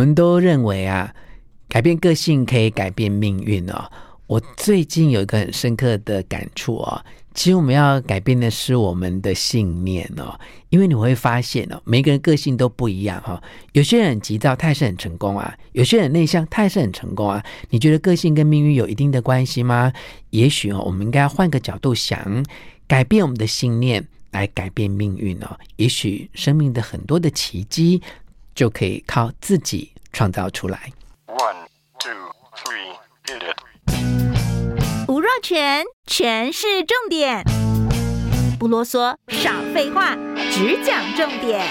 们都认为啊，改变个性可以改变命运哦。我最近有一个很深刻的感触哦，其实我们要改变的是我们的信念哦，因为你会发现哦，每个人个性都不一样哦。有些人很急躁，他也是很成功啊；有些人内向，他也是很成功啊。你觉得个性跟命运有一定的关系吗？也许哦，我们应该换个角度想，改变我们的信念来改变命运哦。也许生命的很多的奇迹就可以靠自己创造出来。 One, two, three, hit it。 吴若权，权是重点，不啰嗦，少废话，只讲重点。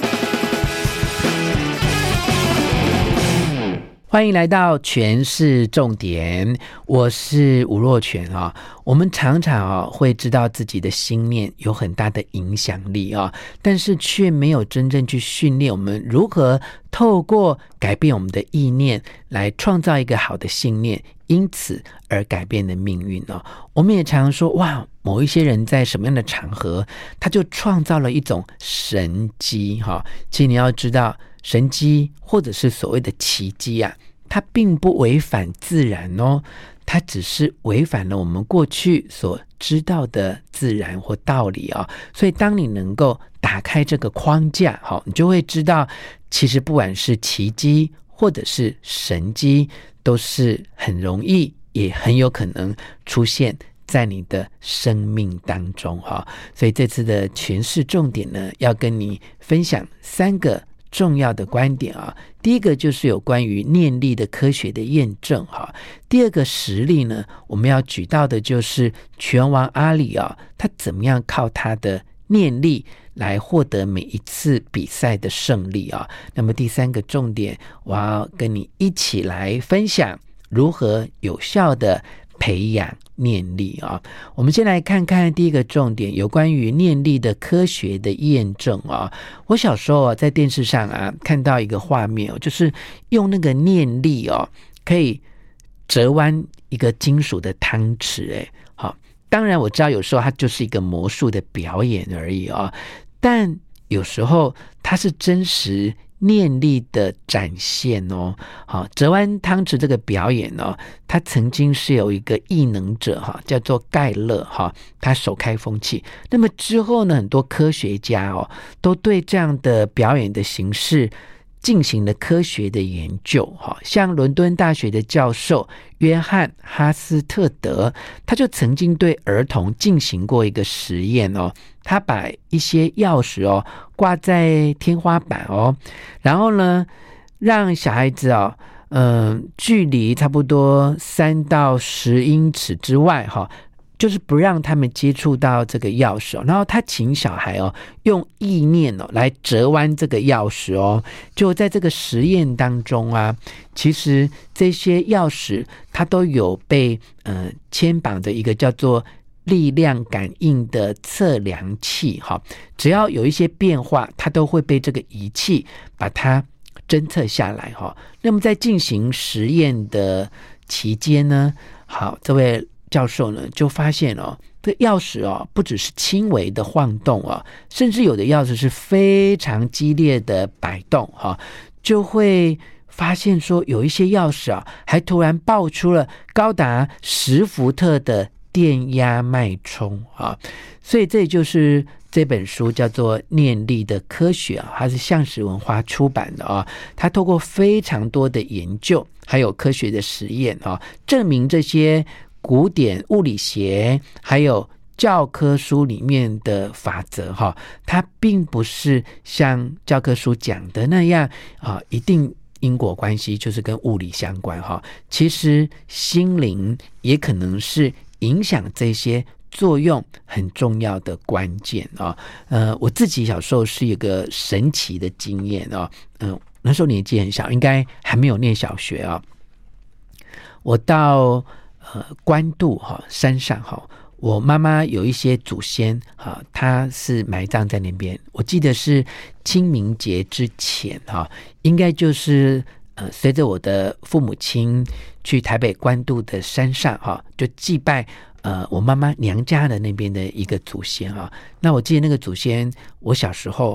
欢迎来到权是重点，我是吴若权啊。我们常常会知道自己的心念有很大的影响力啊，但是却没有真正去训练我们如何透过改变我们的意念来创造一个好的信念，因此而改变的命运哦。我们也常常说，哇，某一些人在什么样的场合，他就创造了一种神迹哈。其实你要知道，神迹或者是所谓的奇迹啊，它并不违反自然哦，它只是违反了我们过去所知道的自然或道理哦。所以当你能够打开这个框架，你就会知道，其实不管是奇迹或者是神迹，都是很容易也很有可能出现在你的生命当中哈。所以这次的诠释重点呢，要跟你分享3个重要的观点啊。第一个就是有关于念力的科学的验证哈。第二个实例呢，我们要举到的就是拳王阿里啊，他怎么样靠他的念力来获得每一次比赛的胜利啊。那么第3个重点，我要跟你一起来分享如何有效的培养念力啊。我们先来看看第一个重点，有关于念力的科学的验证啊。我小时候在电视上看到一个画面就是用那个念力可以折弯一个金属的汤匙好，当然我知道有时候它就是一个魔术的表演而已但有时候它是真实念力的展现好，折弯汤匙这个表演它曾经是有一个异能者叫做盖勒他首开风气。那么之后呢，很多科学家都对这样的表演的形式进行了科学的研究像伦敦大学的教授约翰哈斯特德，他就曾经对儿童进行过一个实验他把一些钥匙挂在天花板然后呢让小孩子距离差不多3到10英尺之外就是不让他们接触到这个钥匙然后他请小孩用意念来折弯这个钥匙就在这个实验当中其实这些钥匙它都有被牵绑着一个叫做力量感应的测量器只要有一些变化，它都会被这个仪器把它侦测下来那么在进行实验的期间呢，好，这位教授呢就发现这钥匙不只是轻微的晃动甚至有的钥匙是非常激烈的摆动就会发现说有一些钥匙还突然爆出了高达10伏特的电压脉冲所以这就是这本书叫做《念力的科学》它是橡实文化出版的它透过非常多的研究还有科学的实验证明这些古典物理学还有教科书里面的法则它并不是像教科书讲的那样一定因果关系就是跟物理相关其实心灵也可能是影响这些作用很重要的关键我自己小时候是一个神奇的经验那时候年纪很小，应该还没有念小学我到关渡山上我妈妈有一些祖先她是埋葬在那边，我记得是清明节之前应该就是随着我的父母亲去台北关渡的山上就祭拜我妈妈娘家的那边的一个祖先那我记得那个祖先，我小时候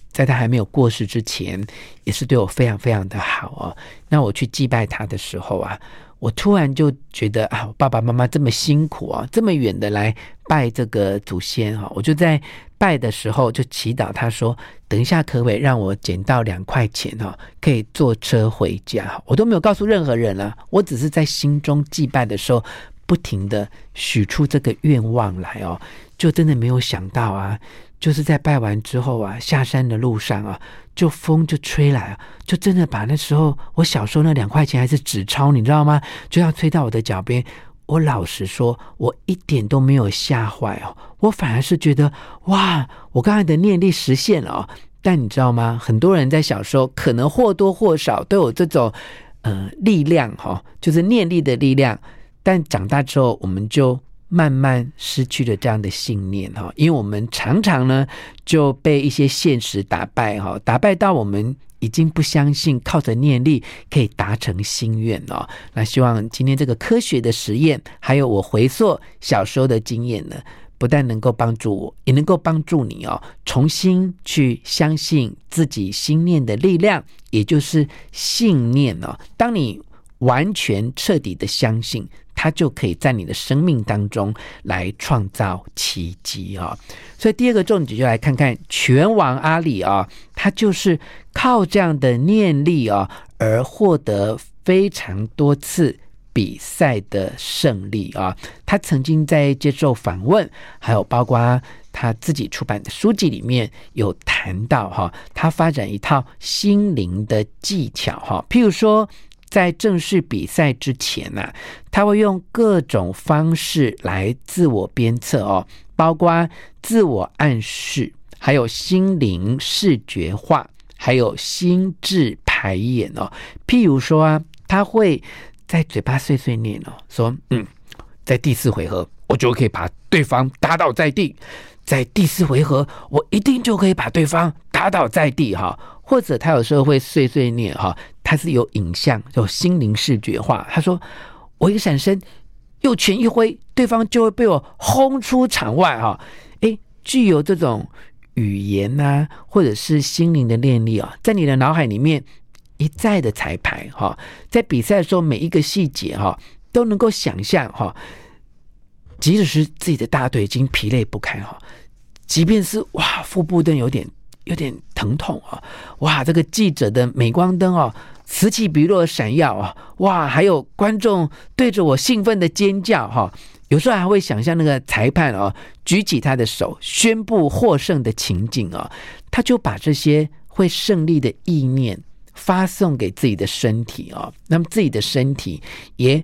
在他还没有过世之前，也是对我非常非常的好哦。那我去祭拜他的时候啊，我突然就觉得啊，我爸爸妈妈这么辛苦啊，这么远的来拜这个祖先啊，我就在拜的时候就祈祷他说，等一下可不可以让我捡到2块钱啊，可以坐车回家。我都没有告诉任何人啊，我只是在心中祭拜的时候不停的许出这个愿望来哦，就真的没有想到啊，就是在拜完之后啊，下山的路上啊，就风就吹来啊，就真的把那时候我小时候那2块钱还是纸钞，你知道吗？就要吹到我的脚边。我老实说，我一点都没有吓坏哦，我反而是觉得哇，我刚才的念力实现了哦。但你知道吗？很多人在小时候可能或多或少都有这种力量哈，就是念力的力量。但长大之后，我们就慢慢失去了这样的信念哈，因为我们常常呢就被一些现实打败哈，打败到我们已经不相信靠着念力可以达成心愿哦。那希望今天这个科学的实验，还有我回溯小时候的经验呢，不但能够帮助我，也能够帮助你哦，重新去相信自己心念的力量，也就是信念哦。当你完全彻底的相信，它就可以在你的生命当中来创造奇迹哦。所以第二个重点就来看看拳王阿里啊，他就是靠这样的念力啊，而获得非常多次比赛的胜利啊。他曾经在接受访问，还有包括他自己出版的书籍里面有谈到哈，他发展一套心灵的技巧哈，譬如说在正式比赛之前啊，他会用各种方式来自我鞭策哦，包括自我暗示，还有心灵视觉化，还有心智排演哦。譬如说啊，他会在嘴巴碎碎念哦，说在第4回合我就可以把对方打倒在地，在第4回合我一定就可以把对方打倒在地哈。或者他有时候会碎碎念哈，他是有影像，有心灵视觉化。他说我一个闪身，右拳一挥，对方就会被我轰出场外哈。具有这种语言啊，或者是心灵的念力啊，在你的脑海里面一再的彩排哈，在比赛的时候每一个细节哈都能够想象哈，即使是自己的大腿已经疲累不堪哈，即便是哇腹部灯有点疼痛啊，哇这个记者的镁光灯啊此起彼落闪耀啊，哇还有观众对着我兴奋的尖叫哈，有时候还会想象那个裁判啊举起他的手宣布获胜的情景啊，他就把这些会胜利的意念发送给自己的身体啊，那么自己的身体也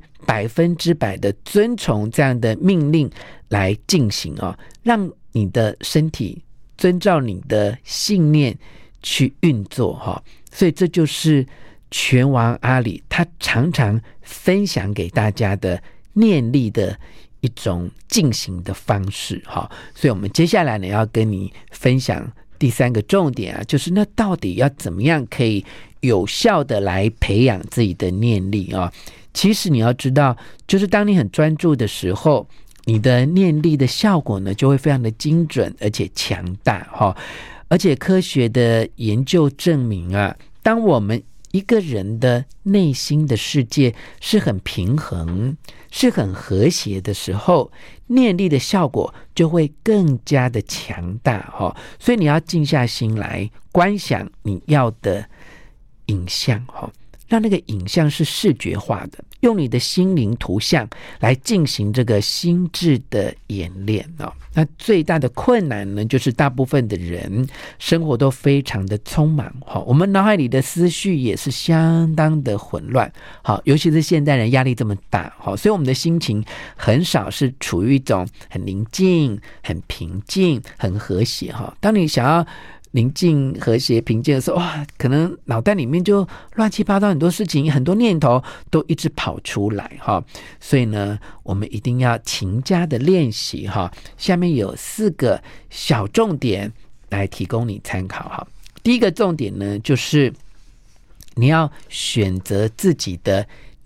100%的遵从这样的命令来进行啊，让你的身体遵照你的信念去运作哈。所以这就是拳王阿里他常常分享给大家的念力的一种进行的方式哈。所以我们接下来呢要跟你分享第3个重点啊，就是那到底要怎么样可以有效的来培养自己的念力啊？其实你要知道，就是当你很专注的时候，你的念力的效果呢就会非常的精准而且强大哈。而且科学的研究证明啊，当我们一个人的内心的世界是很平衡，是很和谐的时候，念力的效果就会更加的强大哈。所以你要静下心来观想你要的影像哈，让那个影像是视觉化的，用你的心灵图像来进行这个心智的演练哦。那最大的困难呢，就是大部分的人生活都非常的匆忙哈，我们脑海里的思绪也是相当的混乱好，尤其是现代人压力这么大好，所以我们的心情很少是处于一种很宁静、很平静、很和谐哈。当你想要宁静、和谐、平静的时候，哇，可能脑袋里面就乱七八糟，很多事情、很多念头都一直跑出来哈。所以呢，我们一定要勤加的练习哈。下面有4个小重点来提供你参考哈。第一个重点呢，就是你要选择自己的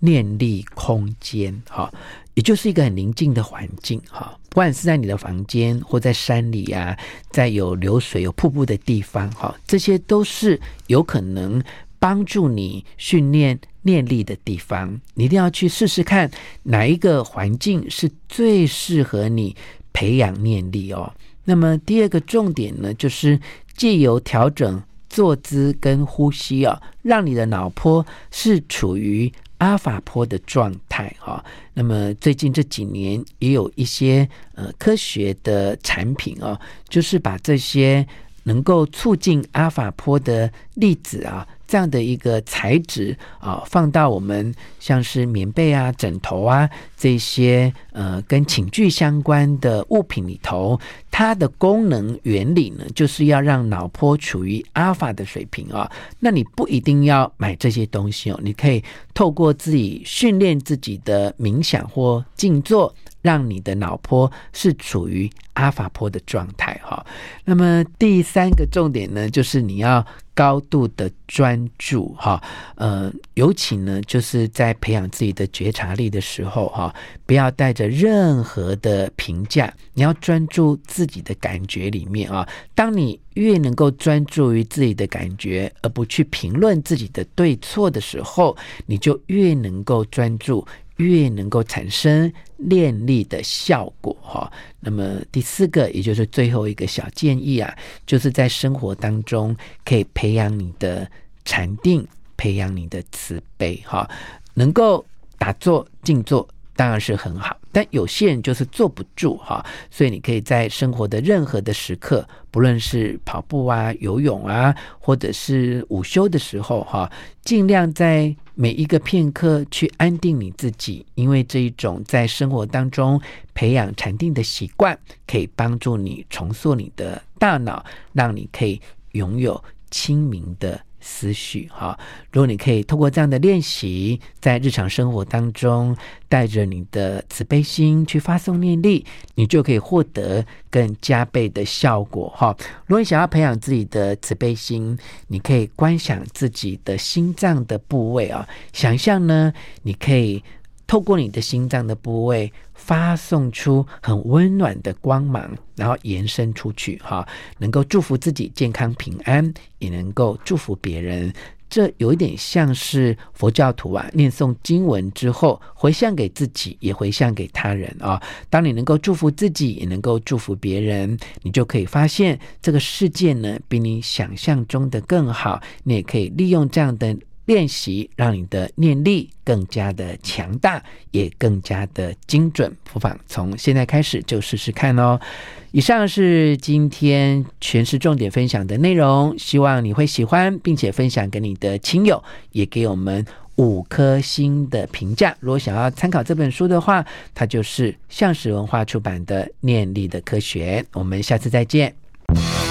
念力空间哈，也就是一个很宁静的环境哈，不管是在你的房间或在山里啊，在有流水有瀑布的地方哈，这些都是有可能帮助你训练念力的地方。你一定要去试试看哪一个环境是最适合你培养念力哦。那么第二个重点呢，就是藉由调整坐姿跟呼吸哦，让你的脑波是处于阿法波的状态哈。那么最近这几年也有一些科学的产品哦，就是把这些能够促进阿法波的粒子啊，这样的一个材质啊，放到我们像是棉被啊、枕头啊这些跟寝具相关的物品里头，它的功能原理呢，就是要让脑波处于阿尔法的水平啊。那你不一定要买这些东西哦，你可以透过自己训练自己的冥想或静坐，让你的脑波是处于阿法波的状态哈。那么第三个重点呢，就是你要高度的专注哈。尤其呢，就是在培养自己的觉察力的时候哈，不要带着任何的评价，你要专注自己的感觉里面啊。当你越能够专注于自己的感觉，而不去评论自己的对错的时候，你就越能够专注，越能够产生念力的效果哈。那么第四个，也就是最后一个小建议啊，就是在生活当中可以培养你的禅定，培养你的慈悲哈。能够打坐静坐当然是很好，但有些人就是坐不住哈，所以你可以在生活的任何的时刻，不论是跑步啊、游泳啊，或者是午休的时候哈，尽量在每一个片刻去安定你自己，因为这一种在生活当中培养禅定的习惯，可以帮助你重塑你的大脑，让你可以拥有清明的思绪哈。如果你可以透过这样的练习，在日常生活当中带着你的慈悲心去发送念力，你就可以获得更加倍的效果哈。如果你想要培养自己的慈悲心，你可以观想自己的心脏的部位啊，想象呢，你可以透过你的心脏的部位发送出很温暖的光芒，然后延伸出去哈，能够祝福自己健康平安，也能够祝福别人。这有一点像是佛教徒啊，念诵经文之后回向给自己，也回向给他人啊。当你能够祝福自己，也能够祝福别人，你就可以发现这个世界呢，比你想象中的更好。你也可以利用这样的练习，让你的念力更加的强大，也更加的精准。不妨从现在开始就试试看哦。以上是今天全是重点分享的内容，希望你会喜欢，并且分享给你的亲友，也给我们5颗星的评价。如果想要参考这本书的话，它就是橡实文化出版的《念力的科学》。我们下次再见。